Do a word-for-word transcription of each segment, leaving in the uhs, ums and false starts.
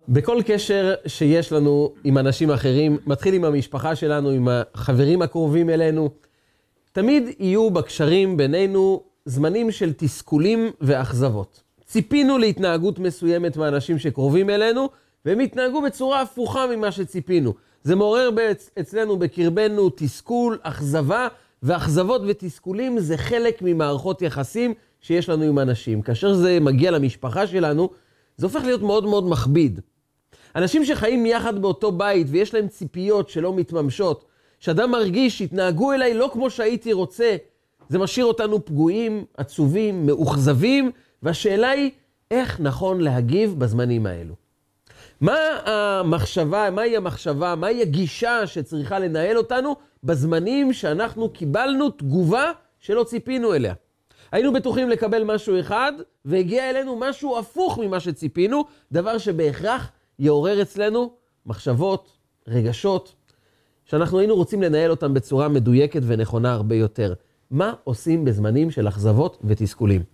בכל קשר שיש לנו עם אנשים אחרים, מתחיל עם המשפחה שלנו, עם החברים הקרובים אלינו, תמיד יהיו בקשרים בינינו זמנים של תסכולים ואכזבות. ציפינו להתנהגות מסוימת מהאנשים שקרובים אלינו, והם התנהגו בצורה הפוכה ממה שציפינו. זה מעורר אצלנו בקרבנו תסכול, אכזבה, ואכזבות ותסכולים זה חלק ממערכות יחסים שיש לנו עם אנשים. כאשר זה מגיע למשפחה שלנו, זה הופך להיות מאוד מאוד מכביד. אנשים שחיים יחד באותו בית ויש להם ציפיות שלא מתממשות, שאדם מרגיש שהתנהגו אליי לא כמו שהייתי רוצה, זה משאיר אותנו פגועים, עצובים, מאוכזבים, והשאלה היא איך נכון להגיב בזמנים האלו. מה המחשבה, מהי המחשבה, מהי הגישה שצריכה לנהל אותנו בזמנים שאנחנו קיבלנו תגובה שלא ציפינו אליה? היינו בטוחים לקבל משהו אחד, והגיע אלינו משהו הפוך ממה שציפינו, דבר שבהכרח יעורר אצלנו מחשבות, רגשות, שאנחנו היינו רוצים לנהל אותם בצורה מדויקת ונכונה הרבה יותר. מה עושים בזמנים של אכזבות ותסכולים?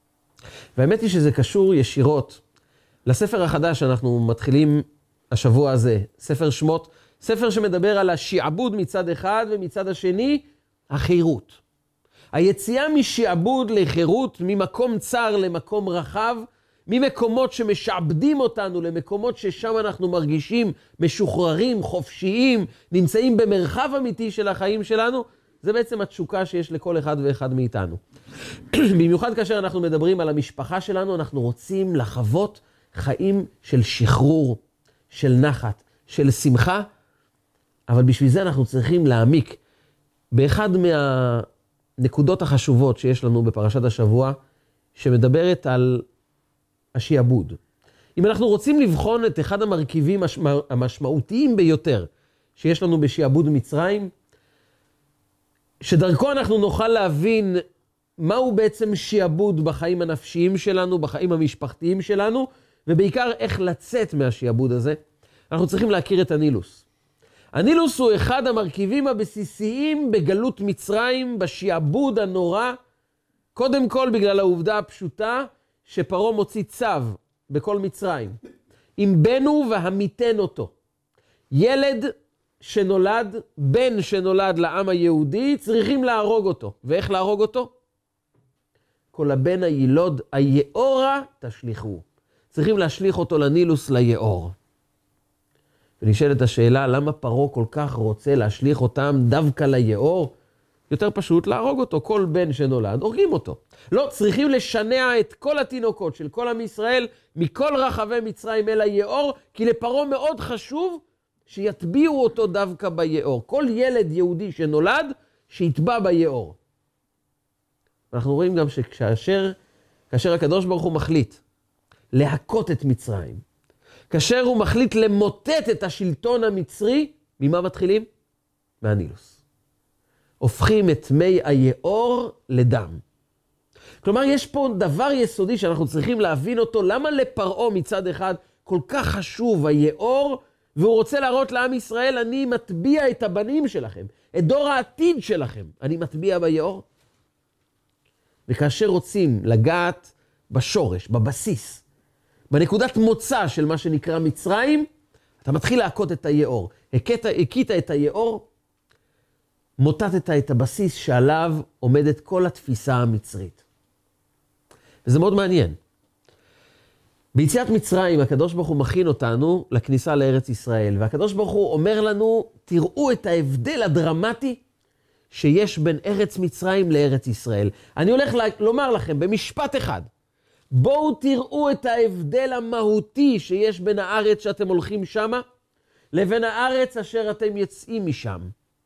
והאמת היא שזה קשור ישירות לספר החדש שאנחנו מתחילים השבוע הזה, ספר שמות, ספר שמדבר על השעבוד מצד אחד ומצד השני, החירות. היציאה משעבוד לחירות, ממקום צר למקום רחב, ממקומות שמשעבדים אותנו למקומות ששם אנחנו מרגישים משוחררים, חופשיים, נמצאים במרחב אמיתי של החיים שלנו, זה בעצם התשוקה שיש לכל אחד ואחד מאיתנו. במיוחד כאשר אנחנו מדברים על המשפחה שלנו, אנחנו רוצים לחוות חיים של שחרור, של נחת, של שמחה, אבל בשביל זה אנחנו צריכים להעמיק באחד מהנקודות החשובות שיש לנו בפרשת השבוע, שמדברת על השעבוד. אם אנחנו רוצים לבחון את אחד המרכיבים המשמעותיים ביותר שיש לנו בשעבוד מצרים, שדרכו אנחנו נוכל להבין מהו בעצם שעבוד בחיים הנפשיים שלנו, בחיים המשפחתיים שלנו, ובעיקר איך לצאת מהשעבוד הזה, אנחנו צריכים להכיר את הנילוס. הנילוס הוא אחד המרכיבים הבסיסיים בגלות מצרים, בשעבוד הנורא, קודם כל בגלל העובדה הפשוטה שפרעה מוציא צו בכל מצרים. אם בנו והמיתן אותו. ילד שנולד, בן שנולד לעם היהודי, צריכים להרוג אותו. ואיך להרוג אותו? כל הבן הילוד, היאורה תשליחו. צריכים להשליך אותו לנילוס ליאור. ונשאלת השאלה, למה פרעה כל כך רוצה להשליך אותם דווקא ליאור? יותר פשוט להרוג אותו, כל בן שנולד, הורגים אותו. לא, צריכים לשנע את כל התינוקות של כל עם ישראל, מכל רחבי מצרים אל היאור, כי לפרעה מאוד חשוב שיטביעו אותו דווקא ביאור. כל ילד יהודי שנולד, שיטבע ביאור. אנחנו רואים גם שכאשר כאשר הקדוש ברוך הוא מחליט להכות את מצרים, כאשר הוא מחליט למוטט את השלטון המצרי, ממה מתחילים? מהנילוס. הופכים את מי היאור לדם. כלומר, יש פה דבר יסודי שאנחנו צריכים להבין אותו, למה לפרעה מצד אחד כל כך חשוב היאור, והוא רוצה להראות לעם ישראל, אני מטביע את הבנים שלכם, את דור העתיד שלכם, אני מטביע ביאור. וכאשר רוצים לגעת בשורש, בבסיס, בנקודת מוצא של מה שנקרא מצרים, אתה מתחיל להכות את היאור. הכית, הכית את היאור, מוטטת את הבסיס שעליו עומדת כל התפיסה המצרית. וזה מאוד מעניין. ביציאת מצרים, הקדוש ברוך הוא מכין אותנו לכניסה לארץ ישראל, והקדוש ברוך הוא אומר לנו, תראו את ההבדל הדרמטי שיש בין ארץ מצרים לארץ ישראל. אני הולך לומר לכם במשפט אחד, בואו תראו את ההבדל המהותי שיש בין הארץ שאתם הולכים שמה, לבין הארץ אשר אתם יוצאים משם.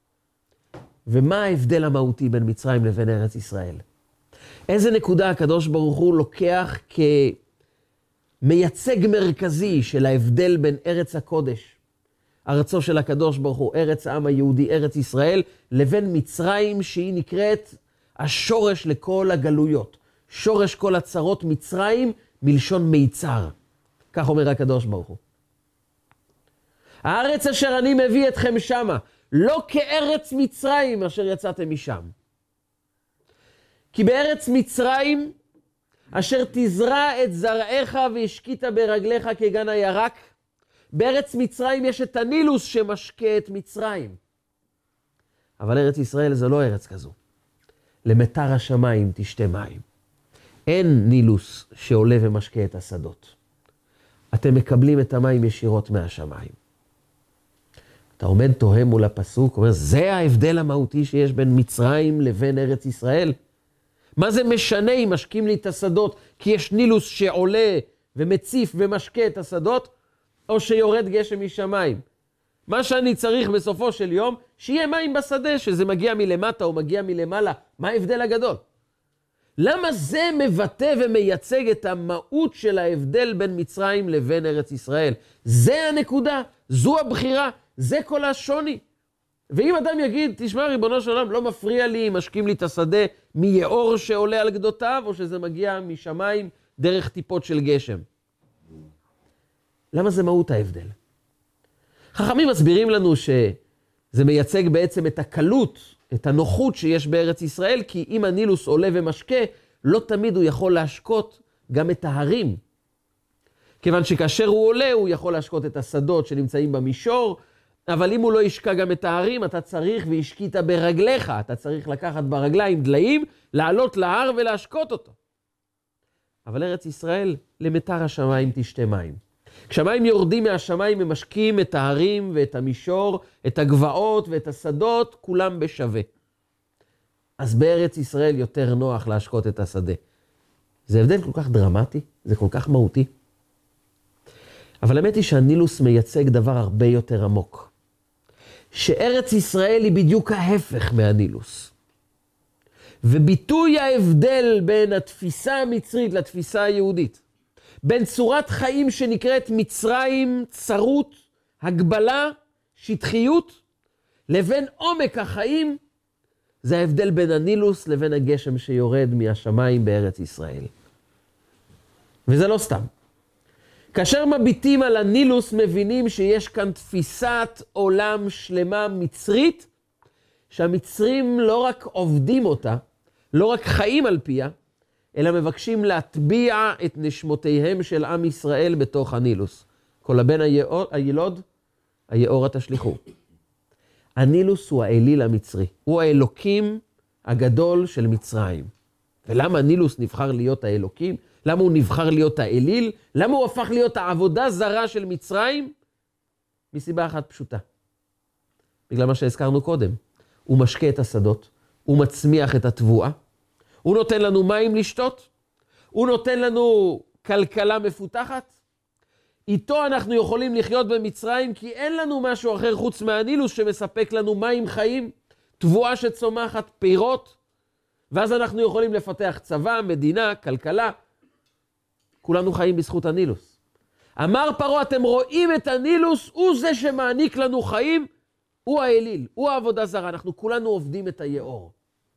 ומה ההבדל המהותי בין מצרים לבין ארץ ישראל? איזה נקודה הקדוש ברוך הוא לוקח כמייצג מרכזי של ההבדל בין ארץ הקודש, ארצו של הקדוש ברוך הוא, ארץ העם היהודי, ארץ ישראל, לבין מצרים שהיא נקראת השורש לכל הגלויות. שורש כל הצרות מצרים מלשון מיצר. כך אומר הקדוש ברוך הוא. הארץ אשר אני מביא אתכם שמה, לא כארץ מצרים אשר יצאתם משם. כי בארץ מצרים אשר תזרע את זרעך והשקית ברגליך כגן הירק, בארץ מצרים יש את הנילוס שמשקה את מצרים. אבל ארץ ישראל זה לא ארץ כזו. למטר השמיים תשתה מים. אין נילוס שעולה ומשקה את השדות. אתם מקבלים את המים ישירות מהשמיים. אתה עומד תוהם מול הפסוק, אומר, זה ההבדל המהותי שיש בין מצרים לבין ארץ ישראל? מה זה משנה אם משקים לי את השדות, כי יש נילוס שעולה ומציף ומשקה את השדות, או שיורד גשם משמיים? מה שאני צריך בסופו של יום, שיהיה מים בשדה, שזה מגיע מלמטה או מגיע מלמעלה. מה ההבדל הגדול? למה זה מבטא ומייצג את המהות של ההבדל בין מצרים לבין ארץ ישראל? זה הנקודה, זו הבחירה, זה כל השוני. ואם אדם יגיד, תשמע ריבונו של עולם, לא מפריע לי, משקים לי את השדה מיאור שעולה על גדותיו, או שזה מגיע משמיים דרך טיפות של גשם. למה זה מהות ההבדל? חכמים מסבירים לנו שזה מייצג בעצם את הקלות, את הנוחות שיש בארץ ישראל, כי אם הנילוס עולה ומשקה, לא תמיד הוא יכול להשקות גם את ההרים. כיוון שכאשר הוא עולה, הוא יכול להשקות את השדות שנמצאים במישור, אבל אם הוא לא ישקע גם את ההרים, אתה צריך והשקית ברגליך, אתה צריך לקחת ברגליים דליים, לעלות להר ולהשקות אותו. אבל ארץ ישראל, למטר השמיים תשתה מים. כשהמים יורדים מהשמיים, הם משקים את ההרים ואת המישור, את הגבעות ואת השדות, כולם בשווה. אז בארץ ישראל יותר נוח להשקות את השדה. זה הבדל כל כך דרמטי, זה כל כך מהותי. אבל האמת היא שהנילוס מייצג דבר הרבה יותר עמוק. שארץ ישראל היא בדיוק ההפך מהנילוס. וביטוי ההבדל בין התפיסה המצרית לתפיסה היהודית, בין צורת חיים שנקראת מצרים, צרות, הגבלה, שטחיות, לבין עומק החיים, זה ההבדל בין הנילוס לבין הגשם שיורד מהשמיים בארץ ישראל. וזה לא סתם. כאשר מביטים על הנילוס, מבינים שיש כאן תפיסת עולם שלמה מצרית, שהמצרים לא רק עובדים אותה, לא רק חיים על פיה, אלא מבקשים להטביע את נשמותיהם של עם ישראל בתוך הנילוס. כל הבן הילוד, היאורה תשליכו. הנילוס הוא האליל המצרי, הוא האלוקים הגדול של מצרים. ולמה הנילוס נבחר להיות האלוקים? למה הוא נבחר להיות האליל? למה הוא הפך להיות העבודה זרה של מצרים? מסיבה אחת פשוטה. בגלל מה שהזכרנו קודם. הוא משקה את השדות, הוא מצמיח את התבואה, הוא נותן לנו מים לשתות, הוא נותן לנו כלכלה מפותחת. איתו אנחנו יכולים לחיות במצרים, כי אין לנו משהו אחר חוץ מהנילוס שמספק לנו מים חיים, תבואה שצומחת, פירות, ואז אנחנו יכולים לפתח צבא, מדינה, כלכלה. כולנו חיים בזכות הנילוס. אמר פרעה, אתם רואים את הנילוס, הוא זה שמעניק לנו חיים, הוא האליל, הוא העבודה זרה, אנחנו כולנו עובדים את היאור.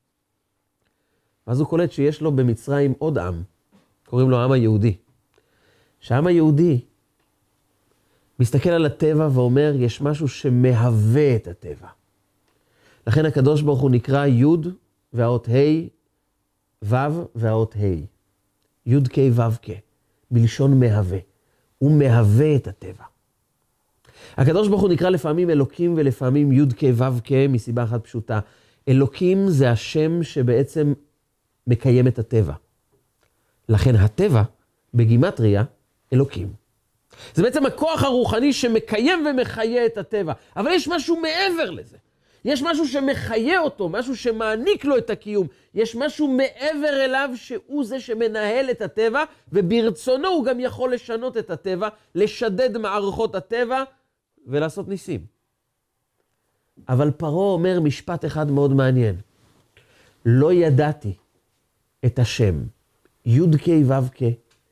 אז הוא קולט שיש לו במצרים עוד עם, קוראים לו העם היהודי. שהעם היהודי מסתכל על הטבע ואומר, יש משהו שמהווה את הטבע. לכן הקדוש ברוך הוא נקרא י' והאות ה', ו' והאות ה'. י' כ' ו' כ', בלשון מהווה. הוא מהווה את הטבע. הקדוש ברוך הוא נקרא לפעמים אלוקים ולפעמים י' כ' ו' כ', מסיבה אחת פשוטה. אלוקים זה השם שבעצם מקיים את הטבע. לכן הטבע בגימטריה אלוקים. זה בעצם הכוח הרוחני שמקיים ומחיה את הטבע. אבל יש משהו מעבר לזה. יש משהו שמחיה אותו, משהו שמעניק לו את הקיום. יש משהו מעבר אליו שהוא זה שמנהל את הטבע, וברצונו הוא גם יכול לשנות את הטבע, לשדד מערכות הטבע ולעשות ניסים. אבל פרעה אומר משפט אחד מאוד מעניין. לא ידעתי את השם, י' כ' ו' כ',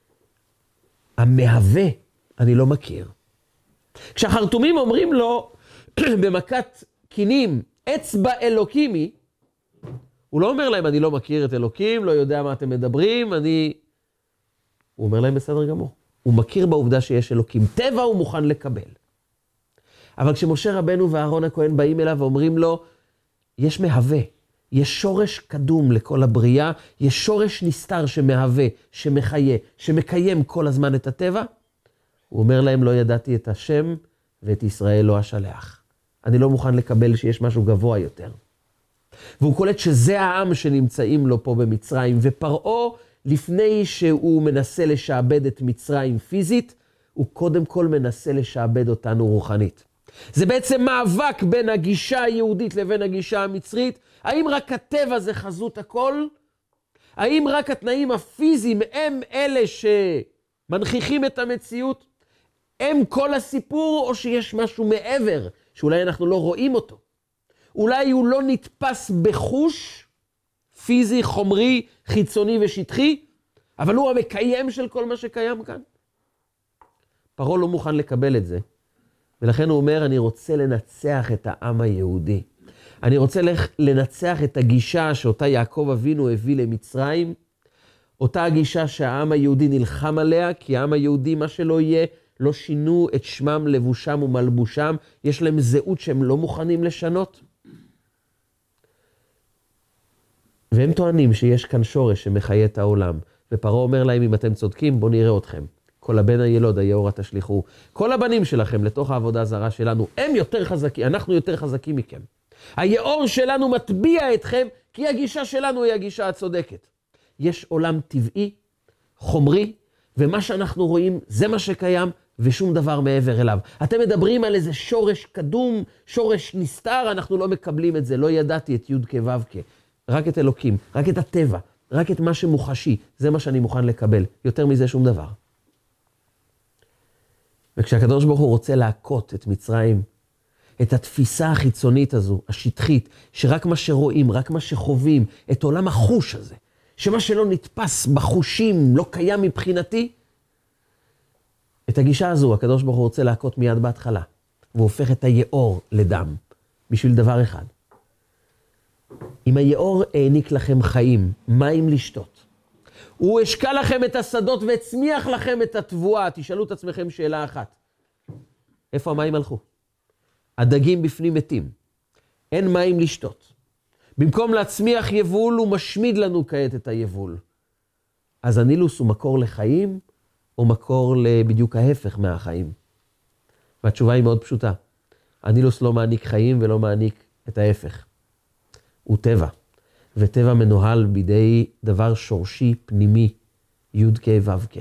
המהווה אני לא מכיר. כשהחרטומים אומרים לו במכת קינים, אצבע אלוקימי, הוא לא אומר להם, אני לא מכיר את אלוקים, לא יודע מה אתם מדברים, אני... הוא אומר להם בסדר גמור. הוא מכיר בעובדה שיש אלוקים. טבע הוא מוכן לקבל. אבל כשמשה רבנו ואהרון הכהן באים אליו ואומרים לו, יש מהווה, יש שורש קדום לכל הבריאה, יש שורש נסתר שמהווה, שמחיה, שמקיים כל הזמן את הטבע, הוא אומר להם, לא ידעתי את השם ואת ישראל לא אשלח. אני לא מוכן לקבל שיש משהו גבוה יותר. והוא קולט שזה העם שנמצאים לו פה במצרים, ופרעה, לפני שהוא מנסה לשעבד את מצרים פיזית, הוא קודם כל מנסה לשעבד אותנו רוחנית. זה בעצם מאבק בין הגישה היהודית לבין הגישה המצרית. האם רק הטבע זה חזות הכל? האם רק התנאים הפיזיים הם אלה שמנכיחים את המציאות? הם כל הסיפור, או שיש משהו מעבר שאולי אנחנו לא רואים אותו? אולי הוא לא נתפס בחוש פיזי, חומרי, חיצוני ושטחי, אבל הוא המקיים של כל מה שקיים כאן. פרעה לא מוכן לקבל את זה, ולכן הוא אומר, אני רוצה לנצח את העם היהודי. אני רוצה לנצח את הגישה שאותה יעקב אבינו הביא למצרים, אותה הגישה שהעם היהודי נלחם עליה, כי העם היהודי, מה שלא יהיה, לא שינו את שמם, לבושם ומלבושם, יש להם זהות שהם לא מוכנים לשנות. והם טוענים שיש כאן שורש שמחיה את העולם, ופרעה אומר להם, אם אתם צודקים, בואו נראה אתכם. כל הבן הילוד, היאורה תשליחו. כל הבנים שלכם לתוך העבודה הזרה שלנו, הם יותר חזקים, אנחנו יותר חזקים מכם. היאור שלנו מטביע אתכם, כי הגישה שלנו היא הגישה הצודקת. יש עולם טבעי, חומרי, ומה שאנחנו רואים זה מה שקיים, ושום דבר מעבר אליו. אתם מדברים על איזה שורש קדום, שורש נסתר, אנחנו לא מקבלים את זה, לא ידעתי את י' כו' כ'. רק את אלוקים, רק את הטבע, רק את מה שמוחשי, זה מה שאני מוכן לקבל. יותר מזה שום דבר. וכשהקדוש ברוך הוא רוצה להכות את מצרים, את התפיסה החיצונית הזו, השטחית, שרק מה שרואים, רק מה שחווים, את עולם החוש הזה, שמה שלא נתפס בחושים, לא קיים מבחינתי, את הגישה הזו, הקדוש ברוך הוא רוצה להכות מיד בהתחלה, והוא הופך את היאור לדם, בשביל דבר אחד. אם היאור העניק לכם חיים, מים לשתות, הוא השקע לכם את השדות והצמיח לכם את התבואה, תשאלו את עצמכם שאלה אחת. איפה המים הלכו? הדגים בפנים מתים. אין מים לשתות. במקום להצמיח יבול, הוא משמיד לנו כעת את היבול. אז הנילוס הוא מקור לחיים, או מקור בדיוק ההפך מהחיים? והתשובה היא מאוד פשוטה. הנילוס לא מעניק חיים ולא מעניק את ההפך. הוא טבע. וטבע מנוהל בידי דבר שורשי, פנימי, י' כ' ו' כ'.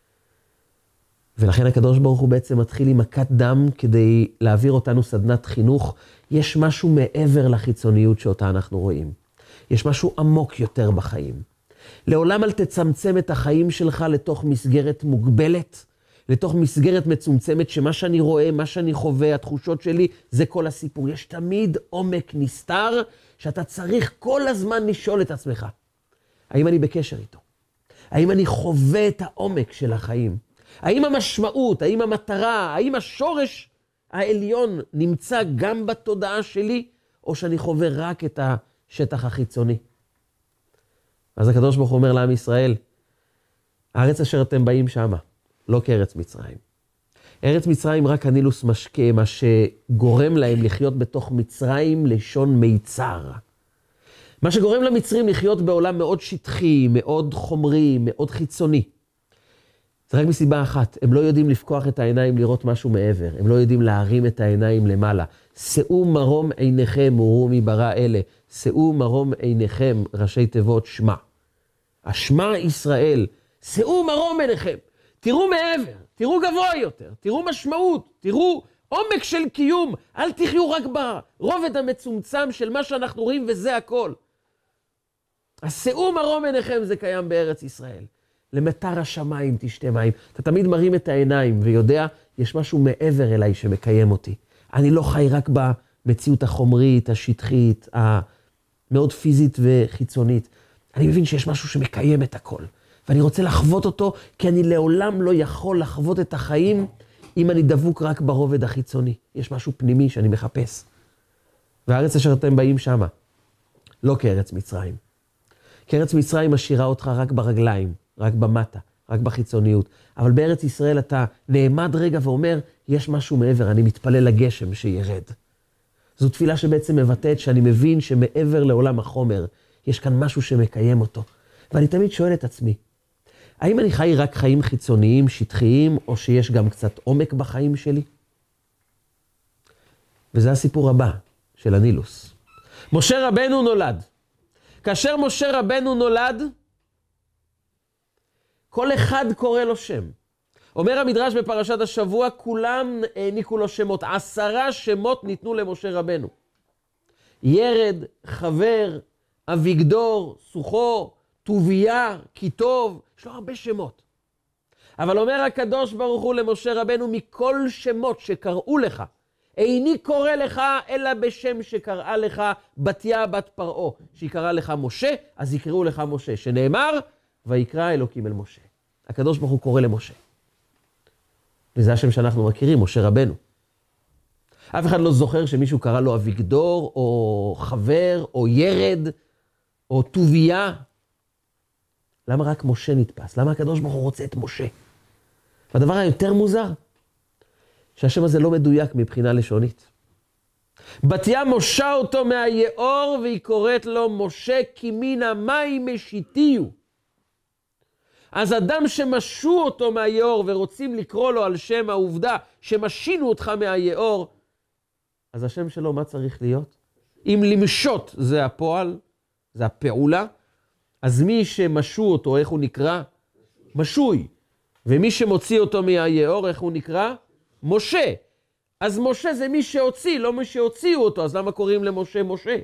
ולכן הקדוש ברוך הוא בעצם מתחיל עם מכת דם כדי להעביר אותנו סדנת חינוך. יש משהו מעבר לחיצוניות שאותה אנחנו רואים. יש משהו עמוק יותר בחיים. לעולם אל תצמצם את החיים שלך לתוך מסגרת מוגבלת, לתוך מסגרת מצומצמת שמה שאני רואה, מה שאני חווה, התחושות שלי, זה כל הסיפור. יש תמיד עומק נסתר שאתה צריך כל הזמן לשאול את עצמך. האם אני בקשר איתו? האם אני חווה את העומק של החיים? האם המשמעות, האם המטרה, האם השורש העליון נמצא גם בתודעה שלי, או שאני חווה רק את השטח החיצוני? אז הקדוש ברוך הוא אומר לעם ישראל, הארץ אשר אתם באים שמה, לא כארץ מצרים. ארץ מצרים רק הנילוס משקה, מה שגורם להם לחיות בתוך מצרים לשון מיצר. מה שגורם למצרים לחיות בעולם מאוד שטחי, מאוד חומרי, מאוד חיצוני. זה רק מסיבה אחת, הם לא יודעים לפקוח את העיניים לראות משהו מעבר, הם לא יודעים להרים את העיניים למעלה. שאו מרום עיניכם וראו מי ברא אלה, שאו מרום עיניכם ראשי תיבות שמע. השמע ישראל, שאו מרום עיניכם, תראו מעבר, תראו גבוה יותר, תראו משמעות, תראו עומק של קיום, אל תחיו רק ברובד המצומצם של מה שאנחנו רואים וזה הכל. השאו מרום עיניכם זה קיים בארץ ישראל. למטר השמיים תשתה מים. אתה תמיד מרים את העיניים ויודע, יש משהו מעבר אליי שמקיים אותי. אני לא חי רק במציאות החומרית, השטחית, המאוד פיזית וחיצונית. אני מבין שיש משהו שמקיים את הכל. ואני רוצה לחוות אותו, כי אני לעולם לא יכול לחוות את החיים, אם אני דבוק רק ברובד החיצוני. יש משהו פנימי שאני מחפש. והארץ אשר אתם באים שמה, לא כארץ מצרים. כארץ מצרים משאירה אותך רק ברגליים, רק במטה, רק בחיצוניות. אבל בארץ ישראל אתה נעמד רגע ואומר, יש משהו מעבר, אני מתפלל לגשם שירד. זו תפילה שבעצם מבטאת שאני מבין שמעבר לעולם החומר, יש כאן משהו שמקיים אותו. ואני תמיד שואל את עצמי, האם אני חי רק חיים חיצוניים, שטחיים, או שיש גם קצת עומק בחיים שלי? וזה הסיפור הבא של הנילוס. משה רבנו נולד. כאשר משה רבנו נולד, כל אחד קורא לו שם. אומר המדרש בפרשת השבוע, כולם העניקו לו שמות. עשרה שמות ניתנו למשה רבנו. ירד, חבר, אביגדור, סוחו, טוביה, כיתוב, יש לו הרבה שמות. אבל אומר הקדוש ברוך הוא למשה רבנו, מכל שמות שקראו לך, איני קורא לך אלא בשם שקראה לך בתיה בת פרעה, שהיא קראה לך משה, אז יקראו לך משה, שנאמר, ויקרא אלוקים אל משה. הקדוש ברוך הוא קורא למשה. וזה השם שאנחנו מכירים, משה רבנו. אף אחד לא זוכר שמישהו קרא לו אביגדור, או חבר, או ירד, או טוביה. למה רק משה נתפס? למה הקדוש ברוך הוא רוצה את משה? והדבר היותר מוזר, שהשם הזה לא מדויק מבחינה לשונית. בתיה משה אותו מהיאור, והיא קוראת לו משה, כי מן המים משיתיהו. אז אדם שמשו אותו מהיאור, ורוצים לקרוא לו על שם העובדה, שמשינו אותך מהיאור, אז השם שלו מה צריך להיות? אם למשות זה הפועל, זה הפעולה, אז מי שמשו אותו, איך הוא נקרא? משוי. ומי שמוציא אותו מהיאור, איך הוא נקרא? משה. אז משה זה מי שהוציא, לא מי שהוציאו אותו, אז למה קוראים למשה משה?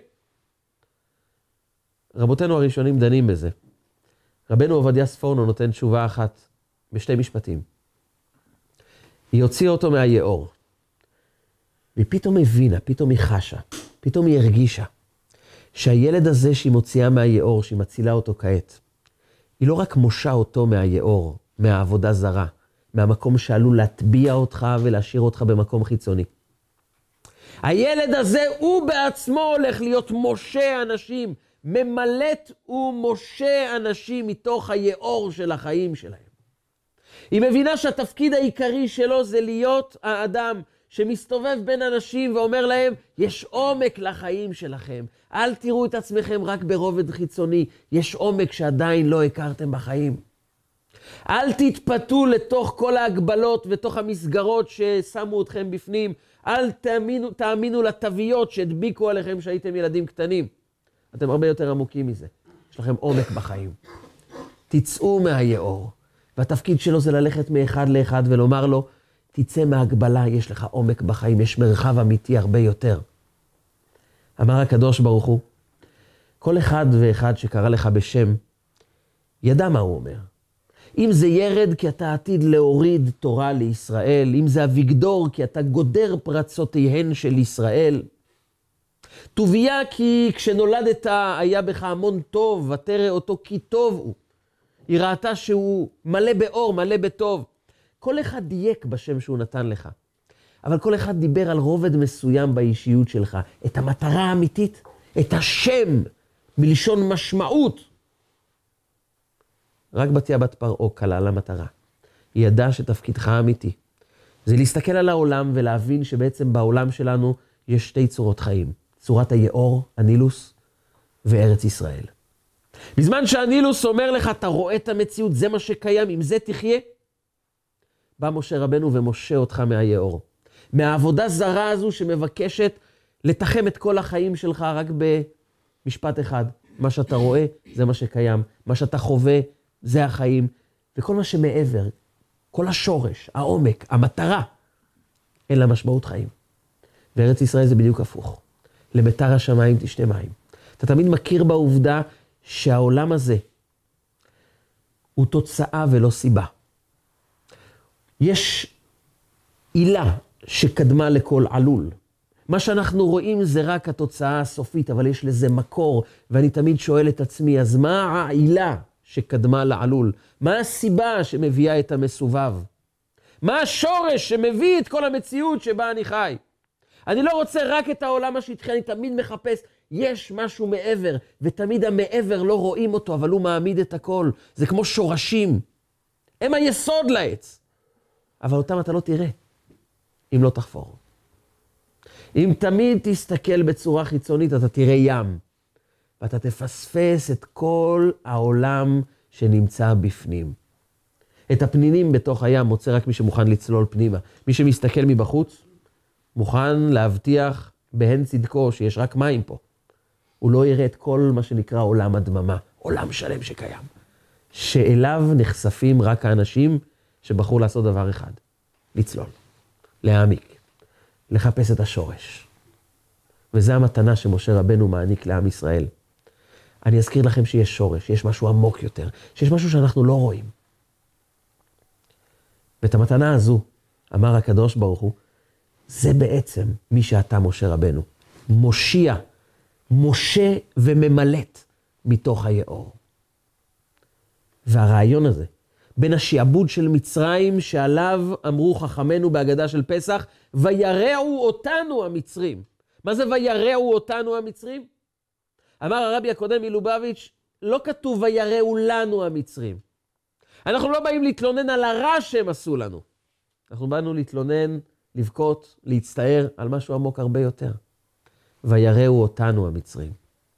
רבותינו הראשונים דנים בזה. רבנו עובדיה ספורנו נותן תשובה אחת בשתי משפטים. היא הוציאה אותו מהיאור. והיא פתאום הבינה, פתאום היא חשה, פתאום היא הרגישה, שהילד הזה שהיא מוציאה מהיאור, שהיא מצילה אותו כעת, היא לא רק מושה אותו מהיאור, מהעבודה זרה, מהמקום שעלול להטביע אותך ולהשאיר אותך במקום חיצוני. הילד הזה הוא בעצמו הולך להיות משה אנשים, ממלט ומשה אנשים מתוך היאור של החיים שלהם. היא מבינה שהתפקיד העיקרי שלו זה להיות האדם שמסתובב בין אנשים ואומר להם, יש עומק לחיים שלכם. אל תראו את עצמכם רק ברובד חיצוני, יש עומק שעדיין לא הכרתם בחיים. אל תתפתו לתוך כל ההגבלות ותוך המסגרות ששמו אתכם בפנים. אל תאמינו, תאמינו לתוויות שהדביקו עליכם שהייתם ילדים קטנים. אתם הרבה יותר עמוקים מזה. יש לכם עומק בחיים. תצאו מהיאור. והתפקיד שלו זה ללכת מאחד לאחד ולומר לו, תצא מהגבלה, יש לך עומק בחיים, יש מרחב אמיתי הרבה יותר. אמר הקדוש ברוך הוא, כל אחד ואחד שקרא לך בשם, ידע מה הוא אומר. אם זה ירד כי אתה עתיד להוריד תורה לישראל, אם זה אביגדור כי אתה גודר פרצותיהן של ישראל, טוביה כי כשנולדת היה בך המון טוב, ותרא אותו כי טוב הוא. היא ראתה שהוא מלא באור, מלא בטוב. כל אחד דייק בשם שהוא נתן לך. אבל כל אחד דיבר על רובד מסוים באישיות שלך. את המטרה האמיתית, את השם, מלשון משמעות. רק בתיה בת פרעה קלה למטרה. היא ידעה שתפקידך האמיתי. זה להסתכל על העולם ולהבין שבעצם בעולם שלנו יש שתי צורות חיים. צורת היאור, הנילוס, וארץ ישראל. בזמן שהנילוס אומר לך, אתה רואה את המציאות, זה מה שקיים, עם זה תחיה. בא משה רבנו ומשה אותך מהיאור. מהעבודה זרה הזו שמבקשת לתחם את כל החיים שלך רק במשפט אחד. מה שאתה רואה, זה מה שקיים. מה שאתה חווה, זה החיים. וכל מה שמעבר, כל השורש, העומק, המטרה, אין לה משמעות חיים. וארץ ישראל זה בדיוק הפוך. למטר השמיים תשתה מים. אתה תמיד מכיר בעובדה שהעולם הזה הוא תוצאה ולא סיבה. יש עילה שקדמה לכל עלול. מה שאנחנו רואים זה רק התוצאה הסופית, אבל יש לזה מקור, ואני תמיד שואל את עצמי, אז מה העילה שקדמה לעלול? מה הסיבה שמביאה את המסובב? מה השורש שמביא את כל המציאות שבה אני חי? אני לא רוצה רק את העולם השטחי, אני תמיד מחפש, יש משהו מעבר, ותמיד המעבר לא רואים אותו, אבל הוא מעמיד את הכל. זה כמו שורשים. הם היסוד לעץ. אבל אותם אתה לא תראה, אם לא תחפור. אם תמיד תסתכל בצורה חיצונית, אתה תראה ים. ואתה תפספס את כל העולם שנמצא בפנים. את הפנינים בתוך הים מוצא רק מי שמוכן לצלול פנימה. מי שמסתכל מבחוץ, מוכן להבטיח בהן צדקו שיש רק מים פה. הוא לא יראה את כל מה שנקרא עולם הדממה, עולם שלם שקיים. שאליו נחשפים רק האנשים שבחרו לעשות דבר אחד, לצלול, להעמיק, לחפש את השורש. וזו המתנה שמשה רבנו מעניק לעם ישראל. אני אזכיר לכם שיש שורש, יש משהו עמוק יותר, שיש משהו שאנחנו לא רואים. ואת המתנה הזו, אמר הקדוש ברוך הוא, זה בעצם מי שאתה משה רבנו. מושיע, משה וממלט מתוך היאור. והרעיון הזה, בין השיעבוד של מצרים שעליו אמרו חכמינו בהגדה של פסח, ויראו אותנו המצרים. מה זה ויראו אותנו המצרים? אמר הרבי הקודם מלובביץ', לא כתוב ויראו לנו המצרים. אנחנו לא באים להתלונן על הרע שהם עשו לנו. אנחנו באנו להתלונן, לבכות, להצטער על משהו עמוק הרבה יותר. ויראו אותנו המצרים.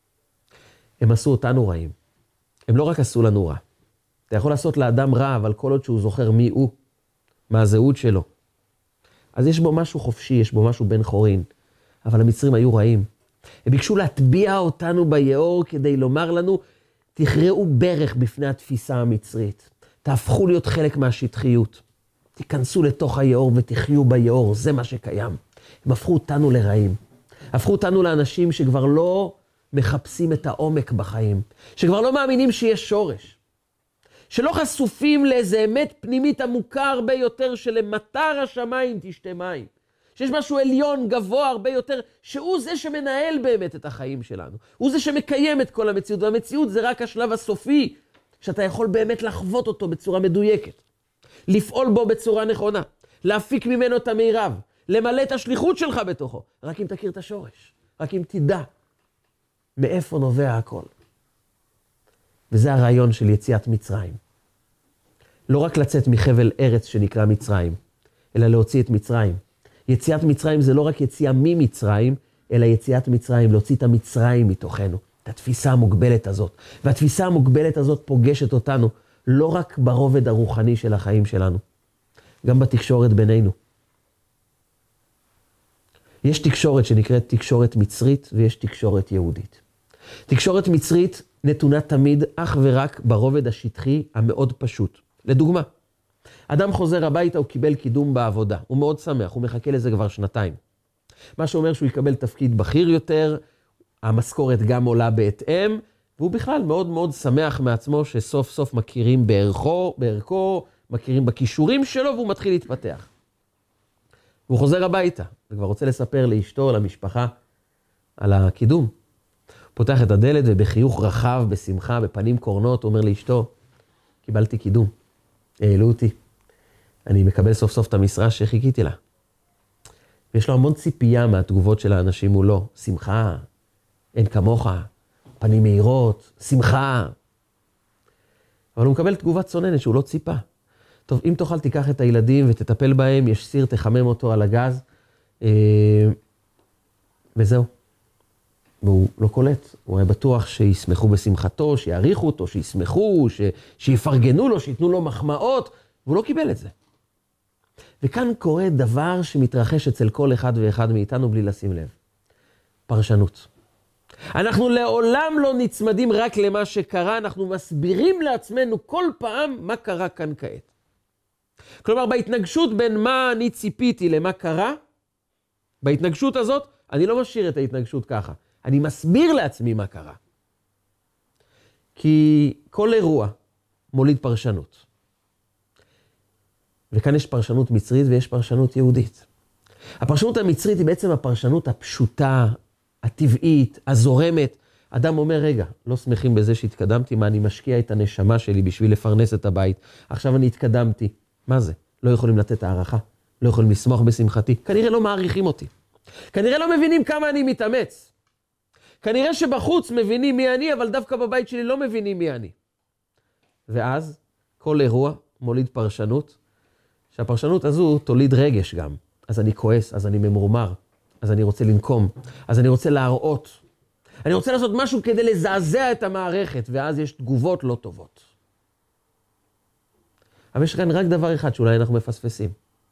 הם עשו אותנו רעים. הם לא רק עשו לנו רע. אתה יכול לעשות לאדם רע, אבל כל עוד שהוא זוכר מי הוא, מה הזהות שלו. אז יש בו משהו חופשי, יש בו משהו בן חורין. אבל המצרים היו רעים. הם ביקשו להטביע אותנו ביאור כדי לומר לנו, תכרעו ברך בפני התפיסה המצרית. תהפכו להיות חלק מהשטחיות. תיכנסו לתוך היאור ותחיו ביאור, זה מה שקיים. הם הפכו אותנו לרעים. הפכו אותנו לאנשים שכבר לא מחפשים את העומק בחיים. שכבר לא מאמינים שיש שורש. שלא חשופים לאיזה אמת פנימית עמוקה הרבה יותר שלמטר השמיים תשתה מים. שיש משהו עליון גבוה הרבה יותר, שהוא זה שמנהל באמת את החיים שלנו. הוא זה שמקיים את כל המציאות, והמציאות זה רק השלב הסופי, שאתה יכול באמת לחוות אותו בצורה מדויקת. לפעול בו בצורה נכונה, להפיק ממנו את המירב, למלא את השליחות שלך בתוכו, רק אם תכיר את השורש, רק אם תדע מאיפה נובע הכל. וזה הרעיון של יציאת מצרים. לא רק לצאת מחבל ארץ שנקרא מצרים, אלא להוציא את מצרים. יציאת מצרים זה לא רק יציאה ממצרים, אלא יציאת מצרים, להוציא את המצרים מתוכנו, את התפיסה המוגבלת הזאת. והתפיסה המוגבלת הזאת פוגשת אותנו, לא רק ברובד הרוחני של החיים שלנו, גם בתקשורת בינינו. יש תקשורת שנקראת תקשורת מצרית, ויש תקשורת יהודית. תקשורת מצרית נתונה תמיד אך ורק ברובד השטחי המאוד פשוט. לדוגמה, אדם חוזר הביתה, הוא קיבל קידום בעבודה. הוא מאוד שמח, הוא מחכה לזה כבר שנתיים. מה שאומר שהוא יקבל תפקיד בכיר יותר, המשכורת גם עולה בהתאם, והוא בכלל מאוד מאוד שמח מעצמו שסוף סוף מכירים בערכו, בערכו, מכירים בכישורים שלו, והוא מתחיל להתפתח. הוא חוזר הביתה, וכבר רוצה לספר לאשתו, למשפחה, על הקידום. פותח את הדלת ובחיוך רחב, בשמחה, בפנים קורנות, הוא אומר לאשתו, קיבלתי קידום, העלו אותי. אני מקבל סוף סוף את המשרה שחיכיתי לה. ויש לו המון ציפייה מהתגובות של האנשים מולו. שמחה, אין כמוך, פנים מהירות, שמחה. אבל הוא מקבל תגובה צוננת שהוא לא ציפה. טוב, אם תוכל תיקח את הילדים ותטפל בהם, יש סיר, תחמם אותו על הגז, אה, וזהו. והוא לא קולט, הוא היה בטוח שישמחו בשמחתו, שיעריכו אותו, שישמחו, ש... שיפרגנו לו, שיתנו לו מחמאות, והוא לא קיבל את זה. וכאן קורה דבר שמתרחש אצל כל אחד ואחד מאיתנו בלי לשים לב. פרשנות. אנחנו לעולם לא נצמדים רק למה שקרה, אנחנו מסבירים לעצמנו כל פעם מה קרה כאן כעת. כלומר, בהתנגשות בין מה אני ציפיתי למה קרה, בהתנגשות הזאת, אני לא משאיר את ההתנגשות ככה. אני מסביר לעצמי מה קרה. כי כל אירוע מוליד פרשנות. וכאן יש פרשנות מצרית ויש פרשנות יהודית. הפרשנות המצרית היא בעצם הפרשנות הפשוטה, הטבעית, הזורמת. אדם אומר, רגע, לא שמחים בזה שהתקדמתי, מה אני משקיע את הנשמה שלי בשביל לפרנס את הבית. עכשיו אני התקדמתי. מה זה? לא יכולים לתת הערכה, לא יכולים לשמוח בשמחתי. כנראה לא מעריכים אותי. כנראה לא מבינים כמה אני מתאמץ. כנראה שבחוץ מבינים מי אני, אבל דווקא בבית שלי לא מבינים מי אני. ואז כל אירוע מוליד פרשנות, שהפרשנות הזו תוליד רגש גם. אז אני כועס, אז אני ממורמר, אז אני רוצה לנקום, אז אני רוצה להראות. אני רוצה לעשות משהו כדי לזעזע את המערכת, ואז יש תגובות לא טובות. אבל יש כאן רק דבר אחד שאולי אנחנו מפספסים.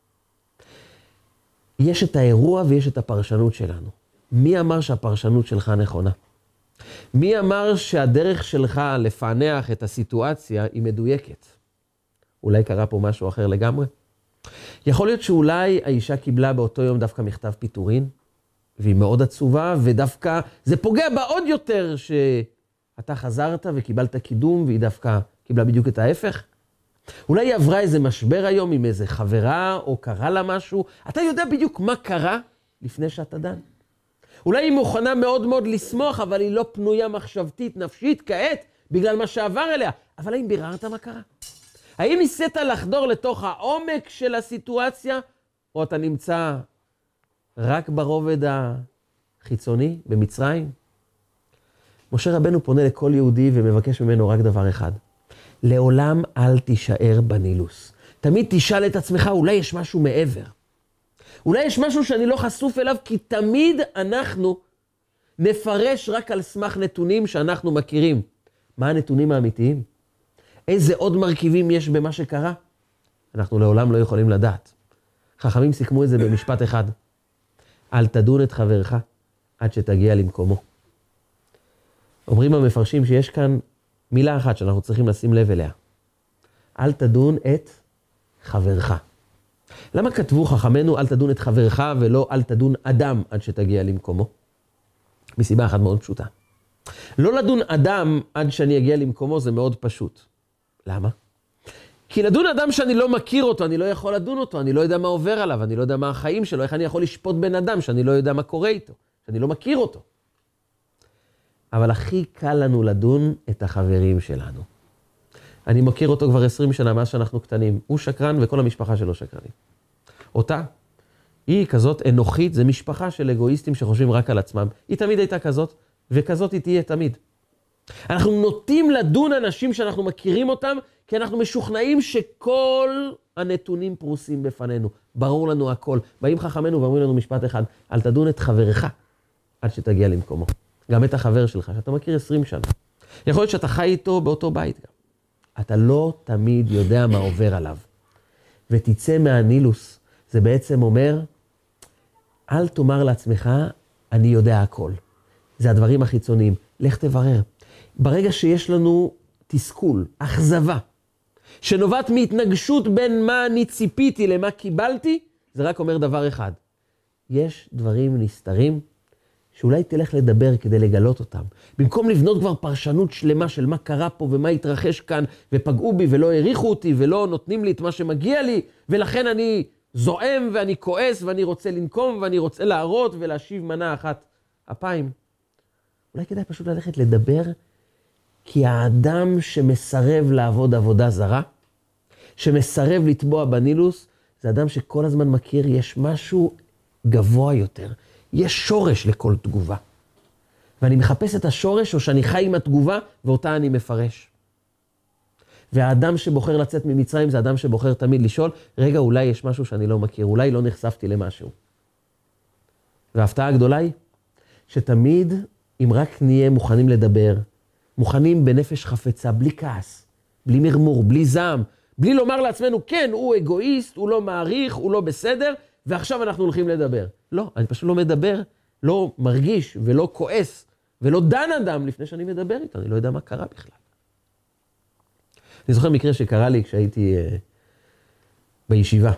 יש את האירוע ויש את הפרשנות שלנו. מי אמר שהפרשנות שלך נכונה? מי אמר שהדרך שלך לפענח את הסיטואציה היא מדויקת? אולי קרה פה משהו אחר לגמרי? יכול להיות שאולי האישה קיבלה באותו יום דווקא מכתב פיטורין, והיא מאוד עצובה, ודווקא זה פוגע בה עוד יותר שאתה חזרת וקיבלת קידום, והיא דווקא קיבלה בדיוק את ההפך. אולי היא עברה איזה משבר היום עם איזה חברה, או קרה לה משהו. אתה יודע בדיוק מה קרה לפני שאתה דן. אולי היא מוכנה מאוד מאוד לשמוח, אבל היא לא פנויה מחשבתית, נפשית, כעת, בגלל מה שעבר אליה. אבל האם ביררת מה קרה? האם ניסית לחדור לתוך העומק של הסיטואציה, או אתה נמצא רק ברובד החיצוני, במצרים? משה רבנו פונה לכל יהודי ומבקש ממנו רק דבר אחד. לעולם אל תישאר בנילוס. תמיד תשאל את עצמך, אולי יש משהו מעבר. אולי יש משהו שאני לא חשוף אליו, כי תמיד אנחנו נפרש רק על סמך נתונים שאנחנו מכירים. מה הנתונים האמיתיים? איזה עוד מרכיבים יש במה שקרה? אנחנו לעולם לא יכולים לדעת. חכמים סיכמו את זה במשפט אחד. אל תדון את חברך עד שתגיע למקומו. אומרים המפרשים שיש כאן מילה אחת שאנחנו צריכים לשים לב אליה. אל תדון את חברך. למה כתבו חכמנו אל תדון את חברך ולא אל תדון אדם עד שתגיע למקומו? מסיבה אחת מאוד פשוטה. לא לדון אדם עד שאני אגיע למקומו זה מאוד פשוט. למה? כי לדון אדם שאני לא מכיר אותו, אני לא יכול לדון אותו, אני לא יודע מה עובר עליו, אני לא יודע מה החיים שלו, איך אני יכול לשפוט בן אדם שאני לא יודע מה קורה איתו, שאני לא מכיר אותו. אבל הכי קל לנו לדון את החברים שלנו. אני מכיר אותו כבר עשרים שנה מאז שאנחנו קטנים. הוא שקרן וכל המשפחה שלו שקרנים. אותה, היא כזאת אנוכית, זה משפחה של אגואיסטים שחושבים רק על עצמם. היא תמיד הייתה כזאת, וכזאת היא תהיה תמיד. אנחנו נוטים לדון אנשים שאנחנו מכירים אותם, כי אנחנו משוכנעים שכל הנתונים פרוסים בפנינו. ברור לנו הכל. באים חכמנו ואומרים לנו משפט אחד, אל תדון את חברך עד שתגיע למקומו. גם את החבר שלך, שאתה מכיר עשרים שנה. יכול להיות שאתה חי איתו באותו בית גם. אתה לא תמיד יודע מה עובר עליו. ותצא מהנילוס. זה בעצם אומר, אל תאמר לעצמך, אני יודע הכל. זה הדברים החיצוניים. לך תברר. ברגע שיש לנו תסכול, אכזבה, שנובעת מהתנגשות בין מה אני ציפיתי למה קיבלתי, זה רק אומר דבר אחד. יש דברים נסתרים, שאולי תלך לדבר כדי לגלות אותם. במקום לבנות כבר פרשנות שלמה של מה קרה פה ומה התרחש כאן, ופגעו בי ולא העריכו אותי ולא נותנים לי את מה שמגיע לי, ולכן אני זועם ואני כועס ואני רוצה לנקום ואני רוצה להראות ולהשיב מנה אחת אפיים. אולי כדאי פשוט ללכת לדבר, כי האדם שמסרב לעבוד עבודה זרה, שמסרב לטבוע בנילוס, זה אדם שכל הזמן מכיר, יש משהו גבוה יותר. יש שורש לכל תגובה. ואני מחפש את השורש, או שאני חי עם התגובה, ואותה אני מפרש. והאדם שבוחר לצאת ממצרים, זה אדם שבוחר תמיד לשאול, רגע, אולי יש משהו שאני לא מכיר, אולי לא נחשפתי למשהו. וההפתעה הגדולה היא, שתמיד, אם רק נהיה מוכנים לדבר, מוכנים בנפש חפצה, בלי כעס, בלי מרמור, בלי זעם, בלי לומר לעצמנו, כן, הוא אגואיסט, הוא לא מעריך, הוא לא בסדר, ועכשיו אנחנו הולכים לדבר. לא, אני פשוט לא מדבר, לא מרגיש ולא כועס, ולא דן אדם לפני שאני מדבר איתו, אני לא יודע מה קרה בכלל. אני זוכר מקרה שקרה לי כשהייתי uh, בישיבה.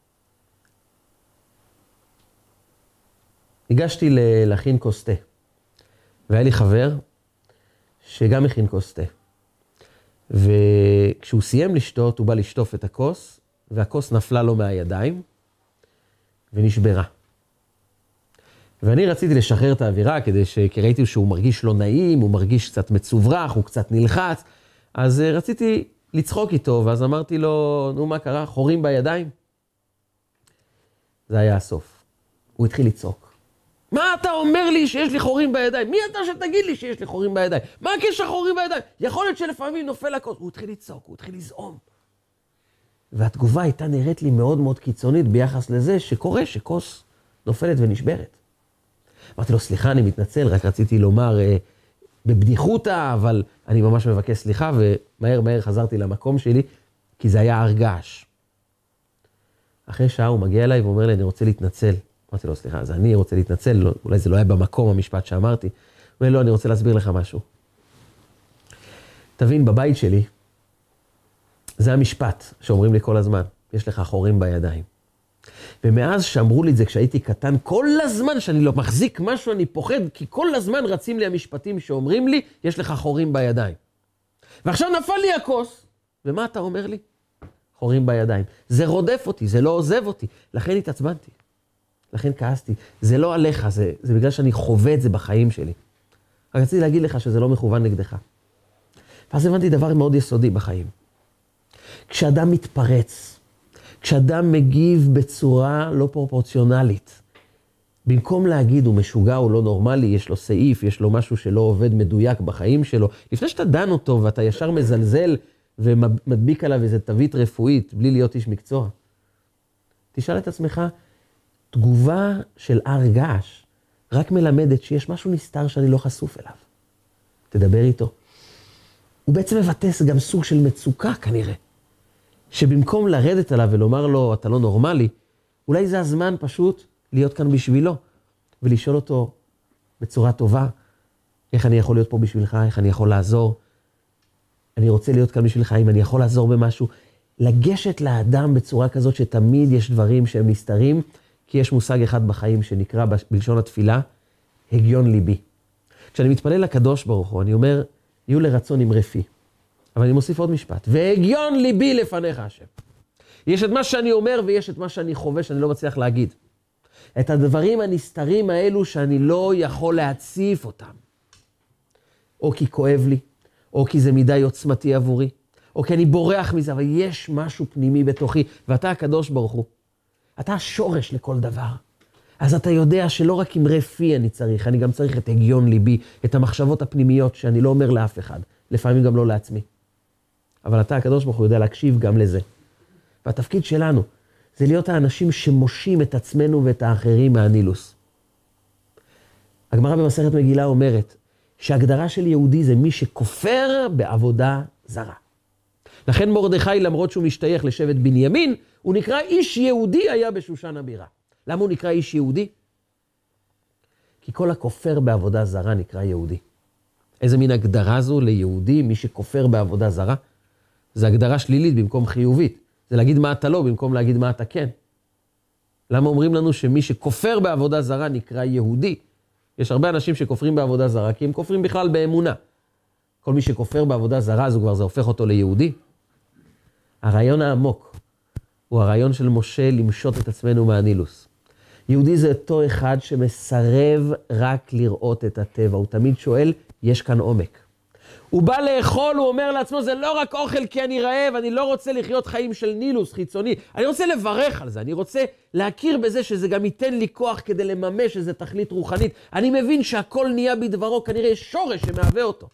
הגשתי להכין כוס תה, והיה לי חבר שגם הכין כוס תה. וכשהוא סיים לשתות, הוא בא לשטוף את הכוס, והכוס נפלה לו מהידיים, ונשברה. ואני רציתי לשחרר את האווירה, כדי שראיתי שהוא מרגיש לא נעים, הוא מרגיש קצת מצוברח, הוא קצת נלחץ, אז רציתי לצחוק איתו, ואז אמרתי לו, נו מה קרה? חורים בידיים? זה היה הסוף. הוא התחיל לצעוק. מה אתה אומר לי שיש לי חורים בידיים? מי אתה שתגיד לי שיש לי חורים בידיים? מה הקשר חורים בידיים? יכול להיות שלפעמים נופל הכוס. הוא התחיל לצעוק, הוא התחיל לזעום. והתגובה הייתה נראית לי מאוד מאוד קיצונית ביחס לזה שקורה שכוס נופלת ונשברת. אמרתי לו, סליחה, אני מתנצל, רק רציתי לומר אה, בבדיחותה, אבל אני ממש מבקש סליחה, ומהר מהר חזרתי למקום שלי, כי זה היה הר געש. אחרי שעה הוא מגיע אליי ואומר לי, אני רוצה להתנצל. אמרתי לו, סליחה, אז אני רוצה להתנצל, לא, אולי זה לא היה במקום המשפט שאמרתי. הוא אומר, לא, אני רוצה להסביר לך משהו. תבין, בבית שלי, זה המשפט שאומרים לי כל הזמן, יש לך חורים בידיים. ומאז שאמרו לי את זה כשהייתי קטן, כל הזמן שאני לא מחזיק משהו, אני פוחד, כי כל הזמן רצים לי המשפטים שאומרים לי, יש לך חורים בידיים. ועכשיו נפל לי הכוס, ומה אתה אומר לי? חורים בידיים. זה רודף אותי, זה לא עוזב אותי. לכן התעצבנתי, לכן כעסתי. זה לא עליך, זה, זה בגלל שאני חווה את זה בחיים שלי. רק רציתי להגיד לך שזה לא מכוון נגדך. ואז הבנתי דבר מאוד יסודי בחיים. כשאדם מתפרץ, כשאדם מגיב בצורה לא פרופורציונלית, במקום להגיד הוא משוגע, הוא לא נורמלי, יש לו סעיף, יש לו משהו שלא עובד מדויק בחיים שלו, לפני שאתה דן אותו ואתה ישר מזלזל ומדביק עליו איזו תווית רפואית, בלי להיות איש מקצוע, תשאל את עצמך, תגובה של הר געש רק מלמדת שיש משהו נסתר שאני לא חשוף אליו. תדבר איתו. הוא בעצם מבטס גם סוג של מצוקה כנראה. שבמקום לרדת עליו ולומר לו, אתה לא נורמלי, אולי זה הזמן פשוט להיות כאן בשבילו, ולשאול אותו בצורה טובה, איך אני יכול להיות פה בשבילך, איך אני יכול לעזור, אני רוצה להיות כאן בשבילך, אם אני יכול לעזור במשהו, לגשת לאדם בצורה כזאת שתמיד יש דברים שהם נסתרים, כי יש מושג אחד בחיים שנקרא בלשון התפילה, הגיון ליבי. כשאני מתפלל לקדוש ברוך הוא, אני אומר, יהיו לרצון עם רפי. אבל אני מוסיף עוד משפט, והגיון ליבי לפניך השם. יש את מה שאני אומר ויש את מה שאני חווה שאני לא מצליח להגיד. את הדברים הנסתרים האלו שאני לא יכול להציף אותם. או כי כואב לי, או כי זה מדי עוצמתי עבורי, או כי אני בורח מזה, אבל יש משהו פנימי בתוכי, ואתה הקדוש ברוך הוא. אתה השורש לכל דבר. אז אתה יודע שלא רק עם רפי אני צריך, אני גם צריך את הגיון ליבי, את המחשבות הפנימיות שאני לא אומר לאף אחד, לפעמים גם לא לעצמי. אבל אתה הקדוש ברוך הוא יודע להקשיב גם לזה. והתפקיד שלנו זה להיות האנשים שמושים את עצמנו ואת האחרים מהנילוס. הגמרא במסכת מגילה אומרת שההגדרה של יהודי זה מי שכופר בעבודה זרה. לכן מרדכי, למרות שהוא משתייך לשבט בנימין, הוא נקרא איש יהודי היה בשושן הבירה. למה הוא נקרא איש יהודי? כי כל הכופר בעבודה זרה נקרא יהודי. איזה מין הגדרה זו ליהודי, מי שכופר בעבודה זרה? זה הגדרה שלילית במקום חיובית. זה להגיד מה אתה לא במקום להגיד מה אתה כן. למה אומרים לנו שמי שכופר בעבודה זרה נקרא יהודי? יש הרבה אנשים שכופרים בעבודה זרה, כי הם כופרים בכלל באמונה. כל מי שכופר בעבודה זרה, אז כבר זה הופך אותו ליהודי. הרעיון העמוק הוא הרעיון של משה למשות את עצמנו מהנילוס. יהודי זה אותו אחד שמסרב רק לראות את הטבע. הוא תמיד שואל, יש כאן עומק. הוא בא לאכול, הוא אומר לעצמו, זה לא רק אוכל כי אני רעב, אני לא רוצה לחיות חיים של נילוס חיצוני. אני רוצה לברך על זה, אני רוצה להכיר בזה שזה גם ייתן לי כוח כדי לממש איזו תכלית רוחנית. אני מבין שהכל נהיה בדברו, כנראה יש שורש שמהווה אותו.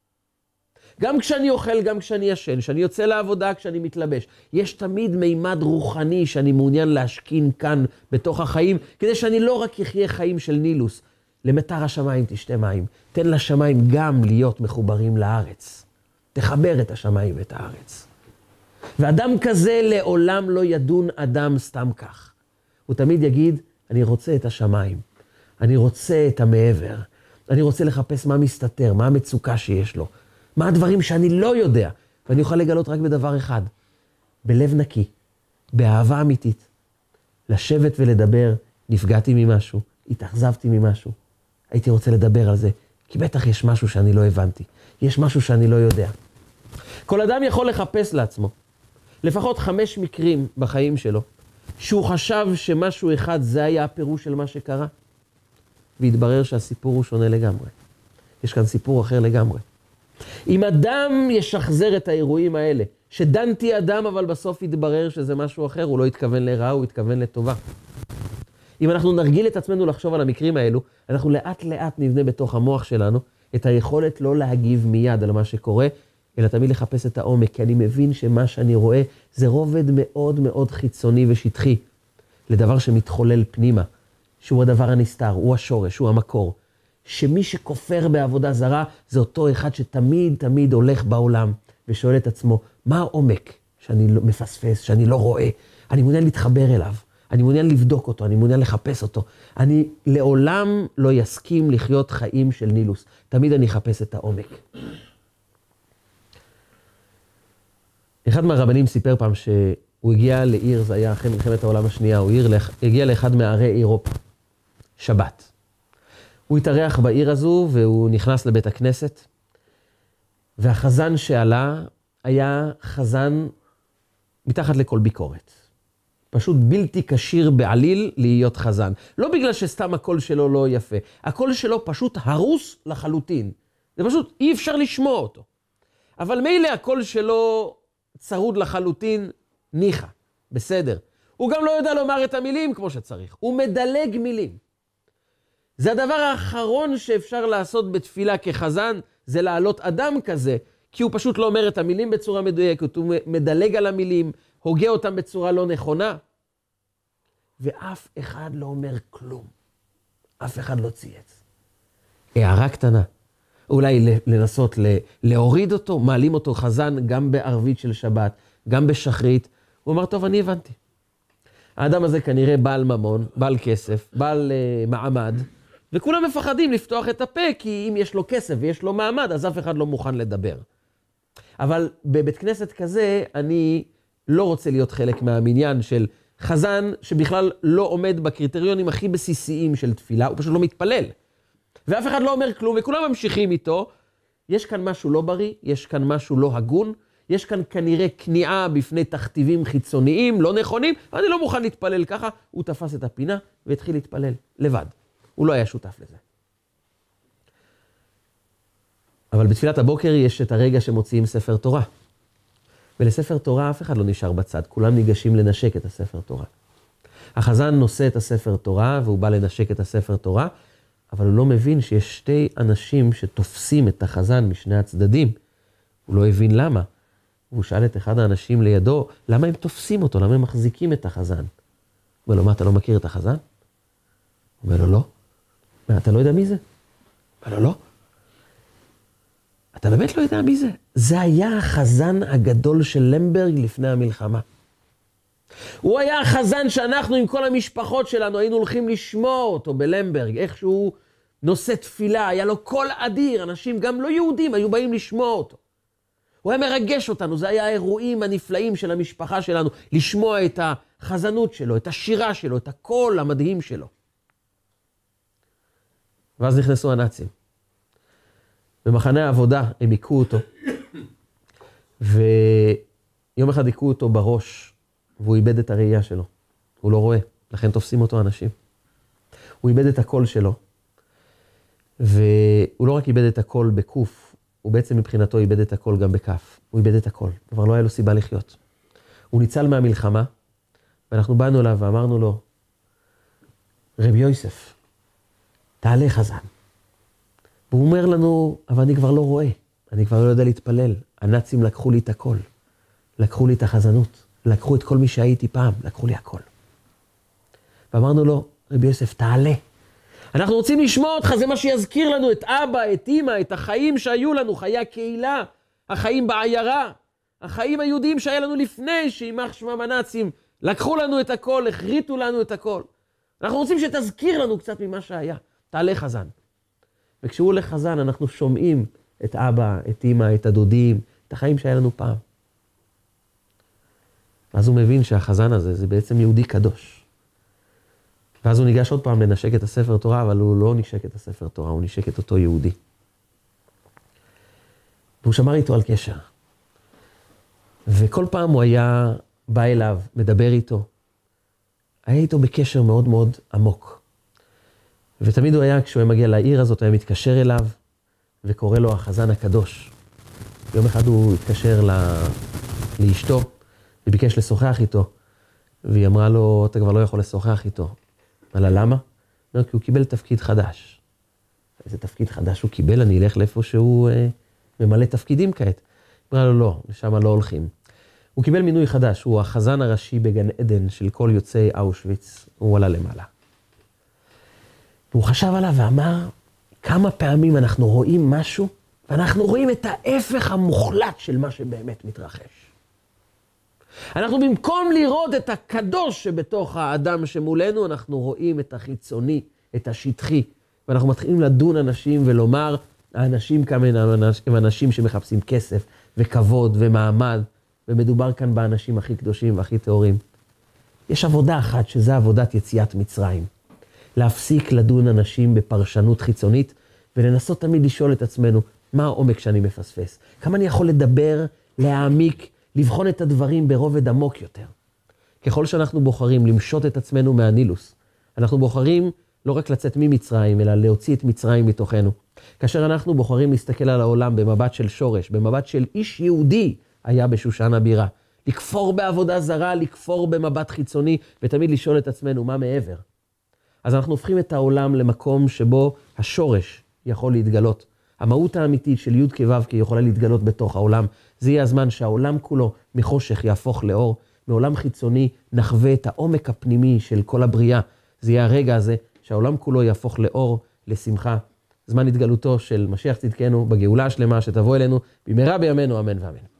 גם כשאני אוכל, גם כשאני ישן, כשאני יוצא לעבודה, כשאני מתלבש. יש תמיד מימד רוחני שאני מעוניין להשכין כאן בתוך החיים, כדי שאני לא רק יחיה חיים של נילוס. למטר השמיים תשתה מים. תן לשמיים גם להיות מחוברים לארץ. תחבר את השמיים ואת הארץ. ואדם כזה לעולם לא ידון אדם סתם כך. הוא תמיד יגיד, אני רוצה את השמיים. אני רוצה את המעבר. אני רוצה לחפש מה מסתתר, מה המצוקה שיש לו. מה הדברים שאני לא יודע. ואני אוכל לגלות רק בדבר אחד. בלב נקי. באהבה אמיתית. לשבת ולדבר, נפגעתי ממשהו, התאכזבתי ממשהו. הייתי רוצה לדבר על זה, כי בטח יש משהו שאני לא הבנתי. יש משהו שאני לא יודע. כל אדם יכול לחפש לעצמו. לפחות חמש מקרים בחיים שלו, שהוא חשב שמשהו אחד זה היה הפירוש של מה שקרה. והתברר שהסיפור הוא שונה לגמרי. יש כאן סיפור אחר לגמרי. אם אדם ישחזר את האירועים האלה, שדנתי אדם אבל בסוף יתברר שזה משהו אחר, הוא לא התכוון לרעה, הוא התכוון לטובה. אם אנחנו נרגיל את עצמנו לחשוב על המקרים האלו, אנחנו לאט לאט נבנה בתוך המוח שלנו את היכולת לא להגיב מיד על מה שקורה, אלא תמיד לחפש את העומק, כי אני מבין שמה שאני רואה זה רובד מאוד מאוד חיצוני ושטחי, לדבר שמתחולל פנימה, שהוא הדבר הנסתר, הוא השורש, הוא המקור. שמי שכופר בעבודה זרה זה אותו אחד שתמיד תמיד הולך בעולם ושואל את עצמו, מה העומק שאני לא מפספס, שאני לא רואה. אני מעוניין להתחבר אליו, אני מעוניין לבדוק אותו, אני מעוניין לחפש אותו. אני לעולם לא יסכים לחיות חיים של נילוס. תמיד אני אחפש את העומק. אחד מהרבנים סיפר פעם שהוא הגיע לעיר, זה היה אחרי מלחמת העולם השנייה, הוא הגיע לאחד מערי אירופה, שבת. הוא התארח בעיר הזו והוא נכנס לבית הכנסת, והחזן שעלה היה חזן מתחת לכל ביקורת. פשוט בלתי כשיר בעליל להיות חזן. לא בגלל שסתם הקול שלו לא יפה, הקול שלו פשוט הרוס לחלוטין. זה פשוט אי אפשר לשמוע אותו. אבל מילא הקול שלו צרוד לחלוטין, ניחה, בסדר. הוא גם לא יודע לומר את המילים כמו שצריך, הוא מדלג מילים. זה הדבר האחרון שאפשר לעשות בתפילה כחזן, זה לעלות אדם כזה, כי הוא פשוט לא אומר את המילים בצורה מדויקת, הוא מדלג על המילים, הוגה אותם בצורה לא נכונה. ואף אחד לא אומר כלום. אף אחד לא צייץ. הערה קטנה. אולי לנסות להוריד אותו, מעלים אותו חזן גם בערבית של שבת, גם בשחרית. הוא אמר, טוב, אני הבנתי. האדם הזה כנראה בעל ממון, בעל כסף, בעל uh, מעמד, וכולם מפחדים לפתוח את הפה, כי אם יש לו כסף ויש לו מעמד, אז אף אחד לא מוכן לדבר. אבל בבית כנסת כזה, אני לא רוצה להיות חלק מהמניין של חזן שבכלל לא עומד בקריטריונים הכי בסיסיים של תפילה, הוא פשוט לא מתפלל. ואף אחד לא אומר כלום, וכולם ממשיכים איתו. יש כאן משהו לא בריא, יש כאן משהו לא הגון, יש כאן כנראה כניעה בפני תכתיבים חיצוניים, לא נכונים, אני לא מוכן להתפלל ככה. הוא תפס את הפינה והתחיל להתפלל לבד. הוא לא היה שותף לזה. אבל בתפילת הבוקר יש את הרגע שמוציאים ספר תורה. ולספר תורה אף אחד לא נשאר בצד, כולם ניגשים לנשק את הספר תורה. החזן נושא את הספר תורה, והוא בא לנשק את הספר תורה, אבל הוא לא מבין שיש שתי אנשים שתופסים את החזן משני הצדדים. הוא לא הבין למה. והוא שאל את אחד האנשים לידו, למה הם תופסים אותו? למה הם מחזיקים את החזן? הוא אומר לו, מה, אתה לא מכיר את החזן? הוא אומר לו, לא. מה, אתה לא יודע מי זה? הוא אומר לו, לא. אתה באמת לא יודע מי זה? זה היה החזן הגדול של למברג לפני המלחמה. הוא היה החזן שאנחנו עם כל המשפחות שלנו היינו הולכים לשמוע אותו בלמברג, איך שהוא נושא תפילה, היה לו קול אדיר, אנשים גם לא יהודים היו באים לשמוע אותו. הוא היה מרגש אותנו, זה היה האירועים הנפלאים של המשפחה שלנו, לשמוע את החזנות שלו, את השירה שלו, את הקול המדהים שלו. ואז נכנסו הנאצים. במחנה העבודה הם עיקו אותו, ויום אחד עיקו אותו בראש, והוא איבד את הראייה שלו. הוא לא רואה, לכן תופסים אותו אנשים. הוא איבד את הקול שלו, והוא לא רק איבד את הקול בקוף, הוא בעצם מבחינתו איבד את הקול גם בכף. הוא איבד את הקול, כבר לא היה לו סיבה לחיות. הוא ניצל מהמלחמה, ואנחנו באנו אליו ואמרנו לו, רבי יוסף, תעלה חזן. והוא אומר לנו, אבל אני כבר לא רואה, אני כבר לא יודע להתפלל. הנאצים לקחו לי את הקול, לקחו לי את החזנות, לקחו את כל מי שהייתי פעם, לקחו לי הכל. ואמרנו לו, רבי יוסף, תעלה. אנחנו רוצים לשמוע אותך, זה מה שיזכיר לנו את אבא, את אמא, את החיים שהיו לנו, חיי הקהילה, החיים בעיירה, החיים היהודיים שהיה לנו לפני שימח שמם הנאצים, לקחו לנו את הכל, החריטו לנו את הכל. אנחנו רוצים שתזכיר לנו קצת ממה שהיה. תעלה חזן. וכשהוא הולך חזן, אנחנו שומעים את אבא, את אמא, את הדודים, את החיים שהיה לנו פעם. ואז הוא מבין שהחזן הזה זה בעצם יהודי קדוש. ואז הוא ניגש עוד פעם לנשק את הספר תורה, אבל הוא לא נשק את הספר תורה, הוא נשק את אותו יהודי. והוא שמר איתו על קשר. וכל פעם הוא היה בא אליו, מדבר איתו. היה איתו בקשר מאוד מאוד עמוק. ותמיד הוא היה, כשהוא היה מגיע לעיר הזאת, הוא היה מתקשר אליו, וקורא לו החזן הקדוש. יום אחד הוא התקשר לה... לאשתו, וביקש לשוחח איתו, והיא אמרה לו, אתה כבר לא יכול לשוחח איתו. אבל למה? לא, כי הוא קיבל תפקיד חדש. איזה תפקיד חדש הוא קיבל? אני אלך לאיפה שהוא אה, ממלא תפקידים כעת. אמרה לו, לא, לשם לא הולכים. הוא קיבל מינוי חדש, הוא החזן הראשי בגן עדן של כל יוצאי אושוויץ, הוא עלה למעלה. והוא חשב עליו ואמר, כמה פעמים אנחנו רואים משהו, ואנחנו רואים את ההפך המוחלט של מה שבאמת מתרחש. אנחנו במקום לראות את הקדוש שבתוך האדם שמולנו, אנחנו רואים את החיצוני, את השטחי. ואנחנו מתחילים לדון אנשים ולומר, האנשים כאן הם אנשים שמחפשים כסף וכבוד ומעמד, ומדובר כאן באנשים הכי קדושים והכי טהורים. יש עבודה אחת שזה עבודת יציאת מצרים. להפסיק לדון אנשים בפרשנות חיצונית, ולנסות תמיד לשאול את עצמנו, מה העומק שאני מפספס? כמה אני יכול לדבר, להעמיק, לבחון את הדברים ברובד עמוק יותר. ככל שאנחנו בוחרים למשות את עצמנו מהנילוס, אנחנו בוחרים לא רק לצאת ממצרים, אלא להוציא את מצרים מתוכנו. כאשר אנחנו בוחרים להסתכל על העולם במבט של שורש, במבט של איש יהודי היה בשושן הבירה. לכפור בעבודה זרה, לכפור במבט חיצוני, ותמיד לשאול את עצמנו מה מעבר. אז אנחנו הופכים את העולם למקום שבו השורש יכול להתגלות. המהות האמיתית של י' כו' כי יכולה להתגלות בתוך העולם. זה יהיה הזמן שהעולם כולו מחושך יהפוך לאור. מעולם חיצוני נחווה את העומק הפנימי של כל הבריאה. זה יהיה הרגע הזה שהעולם כולו יהפוך לאור, לשמחה. זמן התגלותו של משיח צדקנו בגאולה השלמה שתבוא אלינו במהרה בימינו, אמן ואמן.